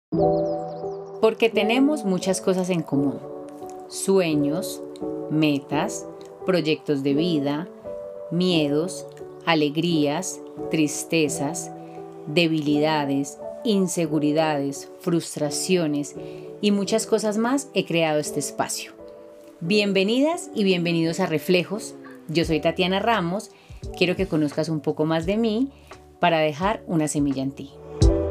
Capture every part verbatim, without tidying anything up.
Porque tenemos muchas cosas en común: sueños, metas, proyectos de vida, miedos, alegrías, tristezas, debilidades, inseguridades, frustraciones y muchas cosas más. He creado este espacio. Bienvenidas y bienvenidos a Reflejos. Yo soy Tatiana Ramos. Quiero que conozcas un poco más de mí para dejar una semilla en ti.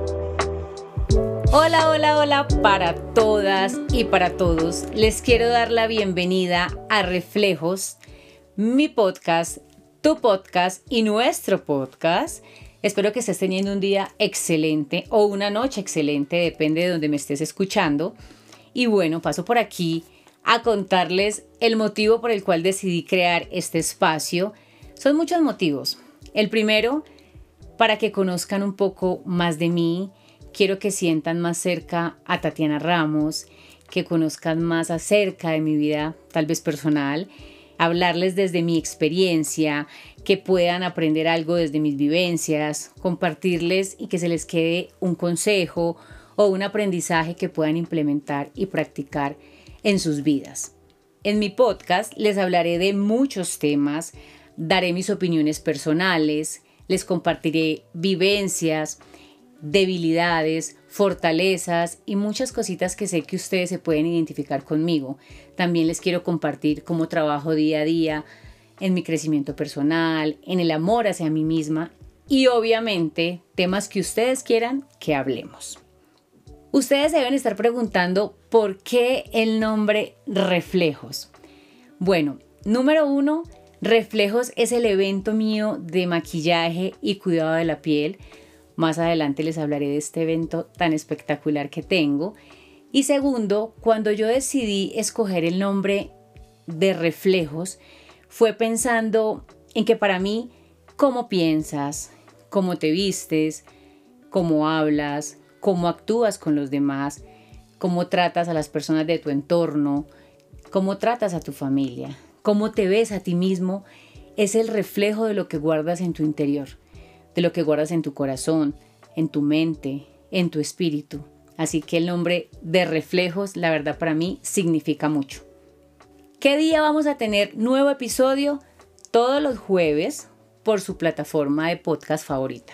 Hola, hola, hola para todas y para todos. Les quiero dar la bienvenida a Reflejos, mi podcast, tu podcast y nuestro podcast. Espero que estés teniendo un día excelente o una noche excelente, depende de donde me estés escuchando. Y bueno, paso por aquí a contarles el motivo por el cual decidí crear este espacio. Son muchos motivos. El primero, para que conozcan un poco más de mí. Quiero que sientan más cerca a Tatiana Ramos, que conozcan más acerca de mi vida, tal vez personal, hablarles desde mi experiencia, que puedan aprender algo desde mis vivencias, compartirles y que se les quede un consejo o un aprendizaje que puedan implementar y practicar en sus vidas. En mi podcast les hablaré de muchos temas, daré mis opiniones personales, les compartiré vivencias, debilidades, fortalezas y muchas cositas que sé que ustedes se pueden identificar conmigo. También les quiero compartir cómo trabajo día a día en mi crecimiento personal, en el amor hacia mí misma y obviamente temas que ustedes quieran que hablemos. Ustedes deben estar preguntando ¿por qué el nombre Reflejos? Bueno, número uno, Reflejos es el evento mío de maquillaje y cuidado de la piel. Más adelante les hablaré de este evento tan espectacular que tengo. Y segundo, cuando yo decidí escoger el nombre de Reflejos, fue pensando en que para mí, cómo piensas, cómo te vistes, cómo hablas, cómo actúas con los demás, cómo tratas a las personas de tu entorno, cómo tratas a tu familia, cómo te ves a ti mismo, es el reflejo de lo que guardas en tu interior, de lo que guardas en tu corazón, en tu mente, en tu espíritu. Así que el nombre de Reflejos, la verdad para mí, significa mucho. ¿Qué día vamos a tener nuevo episodio? Todos los jueves por su plataforma de podcast favorita,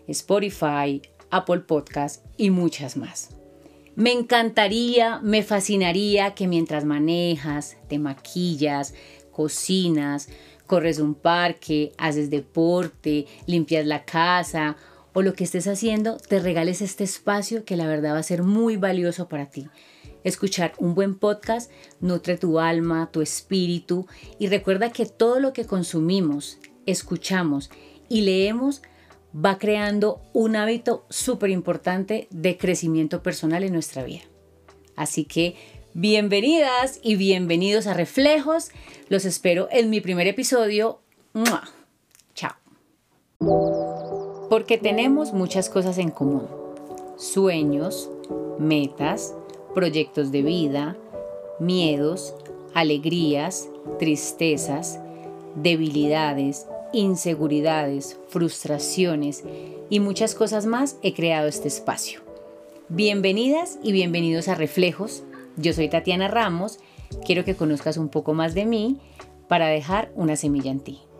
Spotify, Apple Podcast y muchas más. Me encantaría, me fascinaría que mientras manejas, te maquillas, cocinas, corres un parque, haces deporte, limpias la casa o lo que estés haciendo, te regales este espacio que la verdad va a ser muy valioso para ti. Escuchar un buen podcast nutre tu alma, tu espíritu y recuerda que todo lo que consumimos, escuchamos y leemos va creando un hábito súper importante de crecimiento personal en nuestra vida. Así que bienvenidas y bienvenidos a Reflejos. Los espero en mi primer episodio. ¡Mua! Chao. Porque tenemos muchas cosas en común: sueños, metas, proyectos de vida, miedos, alegrías, tristezas, debilidades, inseguridades, frustraciones y muchas cosas más. He creado este espacio. Bienvenidas y bienvenidos a Reflejos. Yo soy Tatiana Ramos, quiero que conozcas un poco más de mí para dejar una semilla en ti.